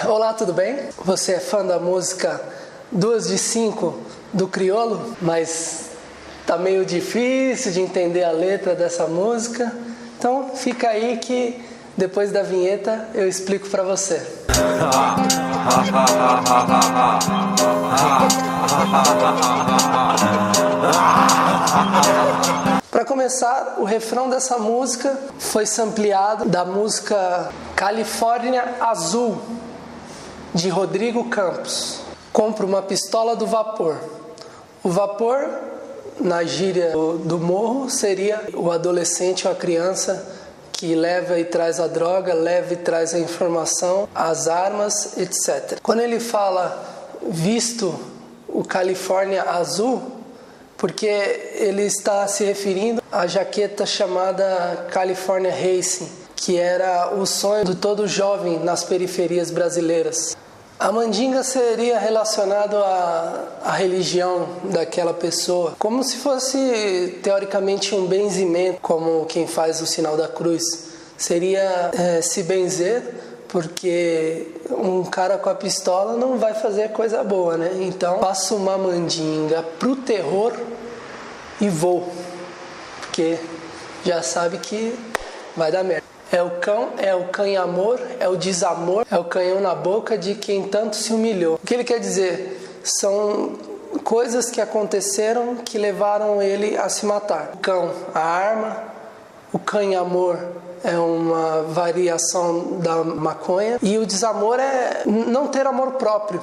Olá, tudo bem? Você é fã da música 2 de 5 do Criolo, mas tá meio difícil de entender a letra dessa música? Então fica aí que depois da vinheta eu explico pra você. Para começar, o refrão dessa música foi sampleado da música Califórnia Azul, de Rodrigo Campos. Compro uma pistola do vapor. O vapor, na gíria do morro, seria o adolescente ou a criança que leva e traz a droga, leva e traz a informação, as armas, etc. Quando ele fala visto o Califórnia Azul, porque ele está se referindo à jaqueta chamada California Racing, que era o sonho de todo jovem nas periferias brasileiras. A mandinga seria relacionado à religião daquela pessoa, como se fosse teoricamente um benzimento, como quem faz o sinal da cruz. Seria se benzer, porque um cara com a pistola não vai fazer coisa boa, né? Então, faço uma mandinga pro terror e vou, porque já sabe que vai dar merda. É o cão, é o canha-amor, é o desamor, é o canhão na boca de quem tanto se humilhou. O que ele quer dizer? São coisas que aconteceram que levaram ele a se matar. O cão, a arma, o canha-amor é uma variação da maconha e o desamor é não ter amor próprio.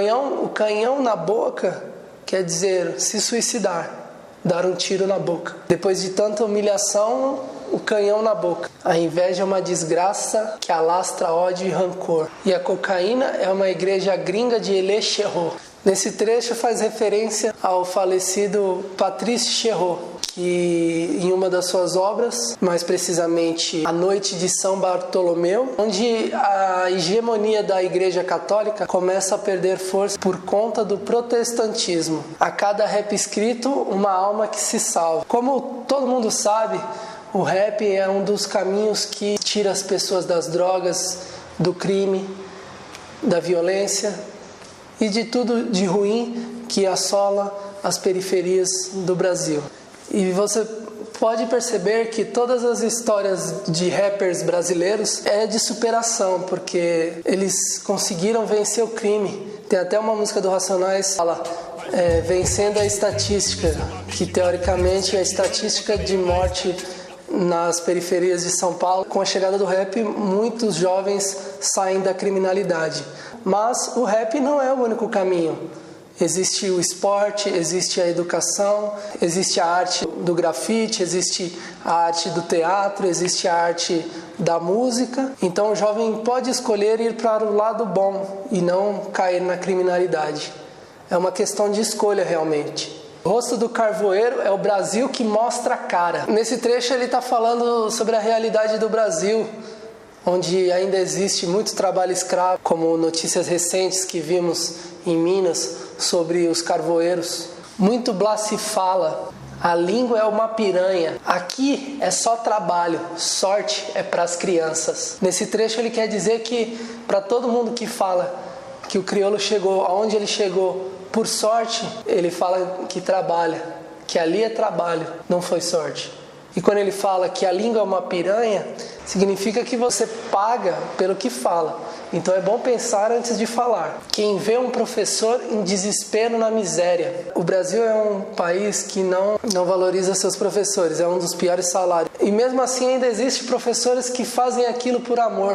O canhão na boca quer dizer se suicidar, dar um tiro na boca. Depois de tanta humilhação, o canhão na boca. A inveja é uma desgraça que alastra ódio e rancor. E a cocaína é uma igreja gringa de Elê Cherrot. Nesse trecho faz referência ao falecido Patrice Cherrot, que em uma das suas obras, mais precisamente A Noite de São Bartolomeu, onde a hegemonia da Igreja Católica começa a perder força por conta do protestantismo. A cada rap escrito, uma alma que se salva. Como todo mundo sabe, o rap é um dos caminhos que tira as pessoas das drogas, do crime, da violência e de tudo de ruim que assola as periferias do Brasil. E você pode perceber que todas as histórias de rappers brasileiros é de superação, porque eles conseguiram vencer o crime. Tem até uma música do Racionais que fala vencendo a estatística, que teoricamente é a estatística de morte nas periferias de São Paulo. Com a chegada do rap, muitos jovens saem da criminalidade. Mas o rap não é o único caminho. Existe o esporte, existe a educação, existe a arte do grafite, existe a arte do teatro, existe a arte da música. Então o jovem pode escolher ir para o lado bom e não cair na criminalidade. É uma questão de escolha realmente. O rosto do carvoeiro é o Brasil que mostra a cara. Nesse trecho ele está falando sobre a realidade do Brasil, onde ainda existe muito trabalho escravo, como notícias recentes que vimos em Minas sobre os carvoeiros. Muito blá se fala, a língua é uma piranha, aqui é só trabalho, sorte é para as crianças. Nesse trecho ele quer dizer que para todo mundo que fala que o crioulo chegou aonde ele chegou por sorte, ele fala que trabalha, que ali é trabalho, não foi sorte. E quando ele fala que a língua é uma piranha, significa que você paga pelo que fala. Então é bom pensar antes de falar. Quem vê um professor em desespero na miséria. O Brasil é um país que não valoriza seus professores, é um dos piores salários. E mesmo assim ainda existem professores que fazem aquilo por amor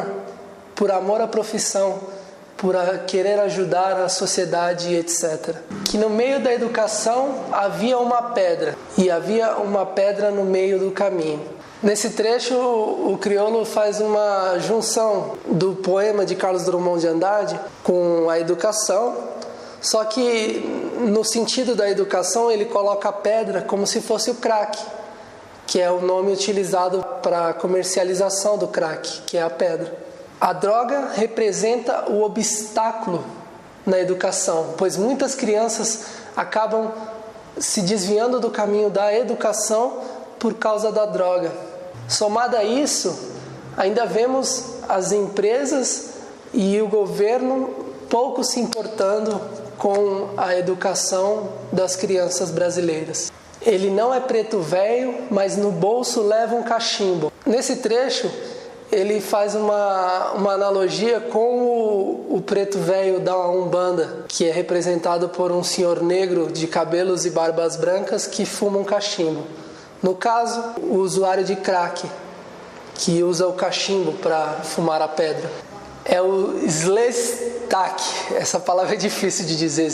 à profissão, por querer ajudar a sociedade, etc. Que no meio da educação havia uma pedra, e havia uma pedra no meio do caminho. Nesse trecho, o crioulo faz uma junção do poema de Carlos Drummond de Andrade com a educação, só que no sentido da educação ele coloca a pedra como se fosse o crack, que é o nome utilizado para a comercialização do crack, que é a pedra. A droga representa o obstáculo na educação, pois muitas crianças acabam se desviando do caminho da educação por causa da droga. Somado a isso, ainda vemos as empresas e o governo pouco se importando com a educação das crianças brasileiras. Ele não é preto velho, mas no bolso leva um cachimbo. Nesse trecho, ele faz uma analogia com o preto velho da Umbanda, que é representado por um senhor negro de cabelos e barbas brancas que fuma um cachimbo. No caso, o usuário de crack, que usa o cachimbo para fumar a pedra. É o Slestak, essa palavra é difícil de dizer,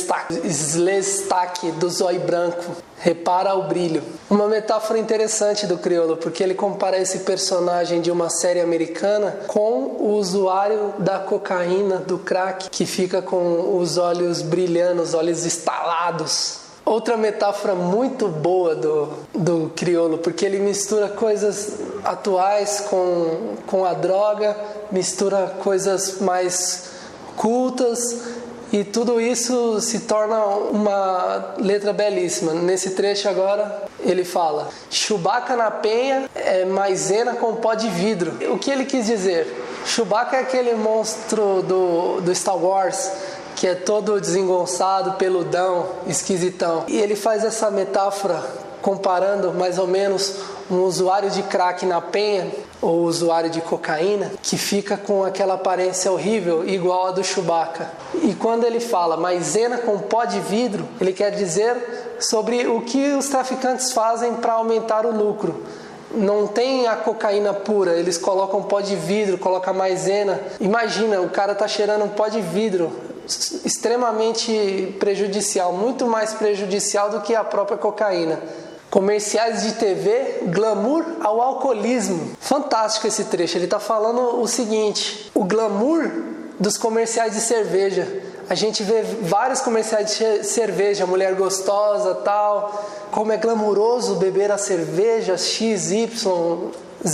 Slestak do zóio branco, repara o brilho. Uma metáfora interessante do crioulo, porque ele compara esse personagem de uma série americana com o usuário da cocaína, do crack, que fica com os olhos brilhando, os olhos estalados. Outra metáfora muito boa do crioulo, porque ele mistura coisas atuais com a droga, mistura coisas mais cultas e tudo isso se torna uma letra belíssima. Nesse trecho agora ele fala: Chewbacca na penha é maisena com pó de vidro. O que ele quis dizer? Chewbacca é aquele monstro do Star Wars, que é todo desengonçado, peludão, esquisitão. E ele faz essa metáfora comparando mais ou menos um usuário de crack na penha ou usuário de cocaína que fica com aquela aparência horrível igual a do Chewbacca. E quando ele fala maisena com pó de vidro, ele quer dizer sobre o que os traficantes fazem para aumentar o lucro. Não tem a cocaína pura, eles colocam pó de vidro, colocam maisena. Imagina, o cara tá cheirando um pó de vidro, extremamente prejudicial, muito mais prejudicial do que a própria cocaína. Comerciais de TV, glamour ao alcoolismo. Fantástico esse trecho, ele está falando o seguinte: o glamour dos comerciais de cerveja. A gente vê vários comerciais de cerveja, mulher gostosa, tal, como é glamuroso beber a cerveja XYZ,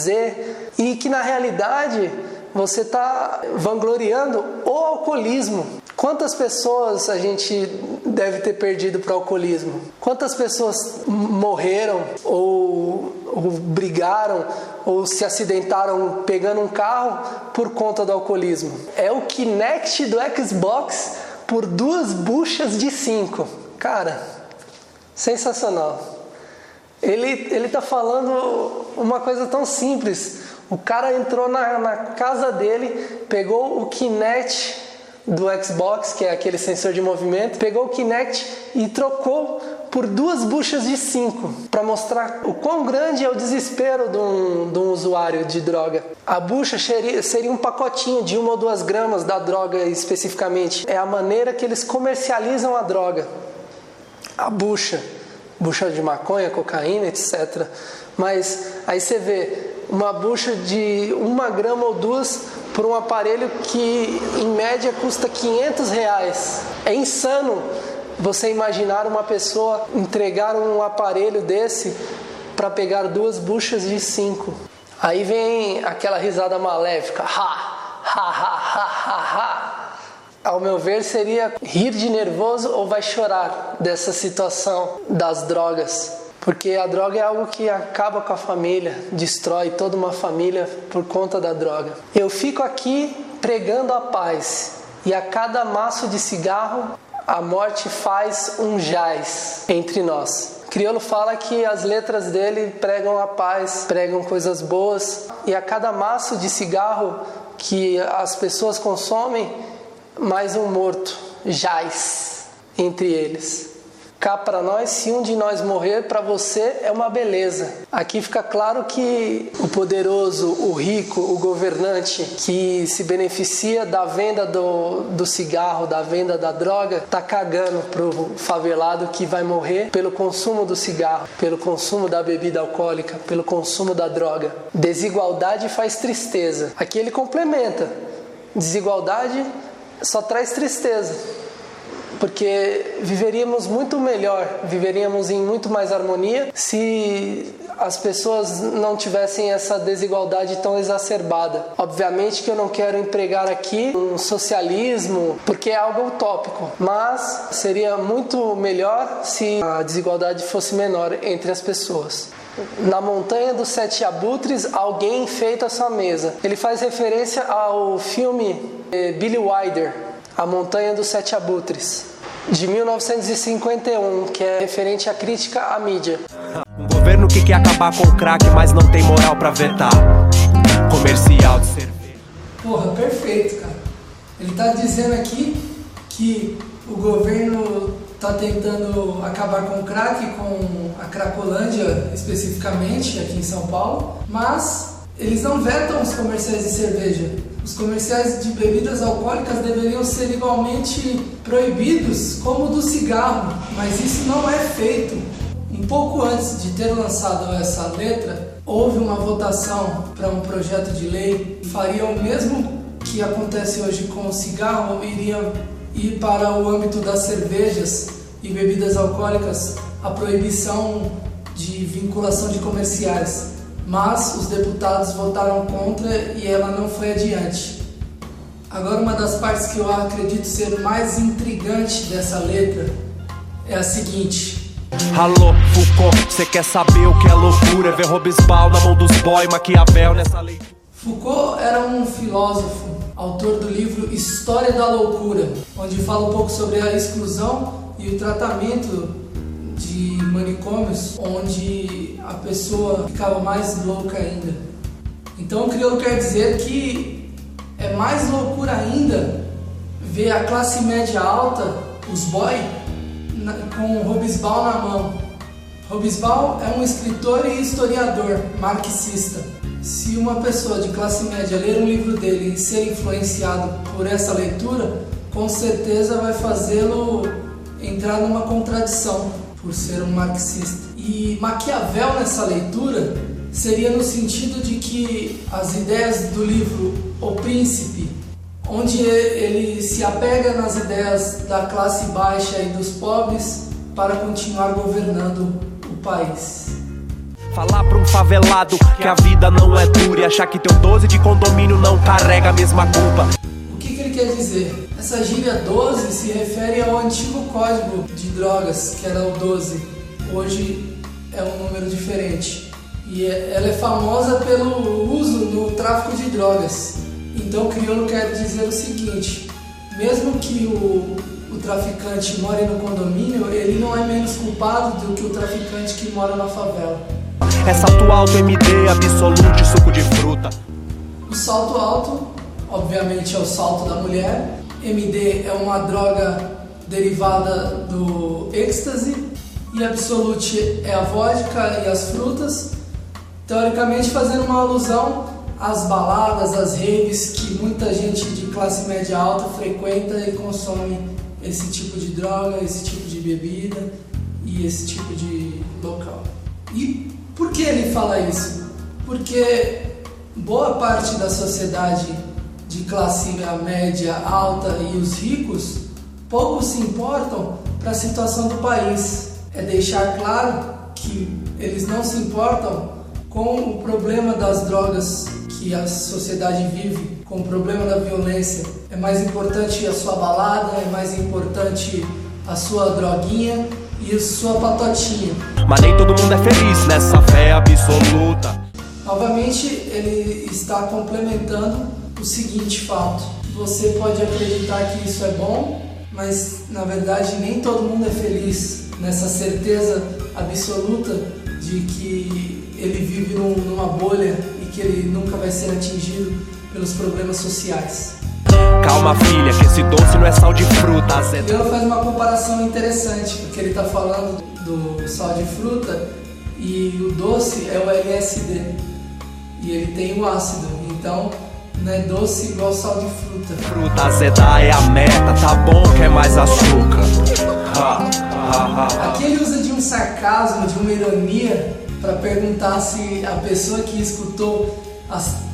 e que na realidade você está vangloriando o alcoolismo. Quantas pessoas a gente deve ter perdido para o alcoolismo? Quantas pessoas morreram ou brigaram ou se acidentaram pegando um carro por conta do alcoolismo? É o Kinect do Xbox por 2 buchas de 5. Cara, sensacional. Ele tá falando uma coisa tão simples. O cara entrou na casa dele, pegou o Kinect do Xbox, que é aquele sensor de movimento, pegou o Kinect e trocou por 2 buchas de 5, para mostrar o quão grande é o desespero de um usuário de droga. A bucha seria um pacotinho de 1 ou 2 gramas da droga especificamente. É a maneira que eles comercializam a droga. A bucha de maconha, cocaína, etc. Mas aí você vê uma bucha de 1 grama ou 2 por um aparelho que em média custa R$500. É insano você imaginar uma pessoa entregar um aparelho desse para pegar 2 buchas de 5. Aí vem aquela risada maléfica. Ha, ha, ha, ha, ha, ha. Ao meu ver, seria rir de nervoso ou vai chorar dessa situação das drogas. Porque a droga é algo que acaba com a família, destrói toda uma família por conta da droga. Eu fico aqui pregando a paz, e a cada maço de cigarro, a morte faz um jaz entre nós. Crioulo fala que as letras dele pregam a paz, pregam coisas boas, e a cada maço de cigarro que as pessoas consomem, mais um morto jaz entre eles. Cá para nós, se um de nós morrer, para você é uma beleza. Aqui fica claro que o poderoso, o rico, o governante que se beneficia da venda do cigarro, da venda da droga, tá cagando pro favelado que vai morrer pelo consumo do cigarro, pelo consumo da bebida alcoólica, pelo consumo da droga. Desigualdade faz tristeza. Aqui ele complementa. Desigualdade só traz tristeza. Porque viveríamos muito melhor, viveríamos em muito mais harmonia se as pessoas não tivessem essa desigualdade tão exacerbada. Obviamente que eu não quero empregar aqui um socialismo, porque é algo utópico, mas seria muito melhor se a desigualdade fosse menor entre as pessoas. Na montanha dos sete abutres, alguém enfeita a sua mesa. Ele faz referência ao filme Billy Wilder, A Montanha dos Sete Abutres, de 1951, que é referente à crítica à mídia. Um governo que quer acabar com o crack, mas não tem moral pra vetar. Comercial de cerveja. Porra, perfeito, cara. Ele tá dizendo aqui que o governo tá tentando acabar com o crack, com a Cracolândia especificamente, aqui em São Paulo, mas eles não vetam os comerciais de cerveja. Os comerciais de bebidas alcoólicas deveriam ser igualmente proibidos como o do cigarro, mas isso não é feito. Um pouco antes de ter lançado essa letra, houve uma votação para um projeto de lei que faria o mesmo que acontece hoje com o cigarro, iria ir para o âmbito das cervejas e bebidas alcoólicas, a proibição de vinculação de comerciais. Mas os deputados votaram contra e ela não foi adiante. Agora, uma das partes que eu acredito ser mais intrigante dessa letra é a seguinte: Alô, Foucault, cê quer saber o que é loucura? Ver Robespal na mão dos boy, Maquiavel nessa leitura. Foucault era um filósofo, autor do livro História da Loucura, onde fala um pouco sobre a exclusão e o tratamento de manicômios, onde a pessoa ficava mais louca ainda. Então o crioulo quer dizer que é mais loucura ainda ver a classe média alta, os boy, com Robespal na mão. Robespal é um escritor e historiador marxista. Se uma pessoa de classe média ler um livro dele e ser influenciado por essa leitura, com certeza vai fazê-lo entrar numa contradição por ser um marxista. E Maquiavel nessa leitura seria no sentido de que as ideias do livro O Príncipe, onde ele se apega nas ideias da classe baixa e dos pobres para continuar governando o país. Falar pra um favelado que a vida não é dura e achar que teu 12 de condomínio não carrega a mesma culpa. O que ele quer dizer? Essa gíria 12 se refere ao antigo código de drogas, que era o 12. Hoje é um número diferente. E ela é famosa pelo uso no tráfico de drogas. Então o crioulo quer dizer o seguinte: mesmo que o traficante more no condomínio, ele não é menos culpado do que o traficante que mora na favela. É salto alto, MD, absolute, suco de fruta. O salto alto, obviamente, é o salto da mulher. MD é uma droga derivada do êxtase. E absolute é a vodka e as frutas. Teoricamente fazendo uma alusão às baladas, às raves que muita gente de classe média alta frequenta e consome esse tipo de droga, esse tipo de bebida e esse tipo de local. E por que ele fala isso? Porque boa parte da sociedade de classe média alta e os ricos pouco se importam para a situação do país. É deixar claro que eles não se importam com o problema das drogas que a sociedade vive, com o problema da violência. É mais importante a sua balada, é mais importante a sua droguinha e a sua patotinha. Mas nem todo mundo é feliz nessa fé absoluta. Novamente, ele está complementando o seguinte fato: você pode acreditar que isso é bom, mas na verdade nem todo mundo é feliz nessa certeza absoluta de que ele vive numa bolha e que ele nunca vai ser atingido pelos problemas sociais. Calma, filha, que esse doce não é sal de fruta. E ela faz uma comparação interessante, porque ele está falando do sal de fruta e o doce é o LSD e ele tem o ácido, então não é doce igual sal de fruta. Fruta azeda é a meta, tá bom que é mais açúcar. Aqui ele usa de um sarcasmo, de uma ironia, para perguntar se a pessoa que escutou as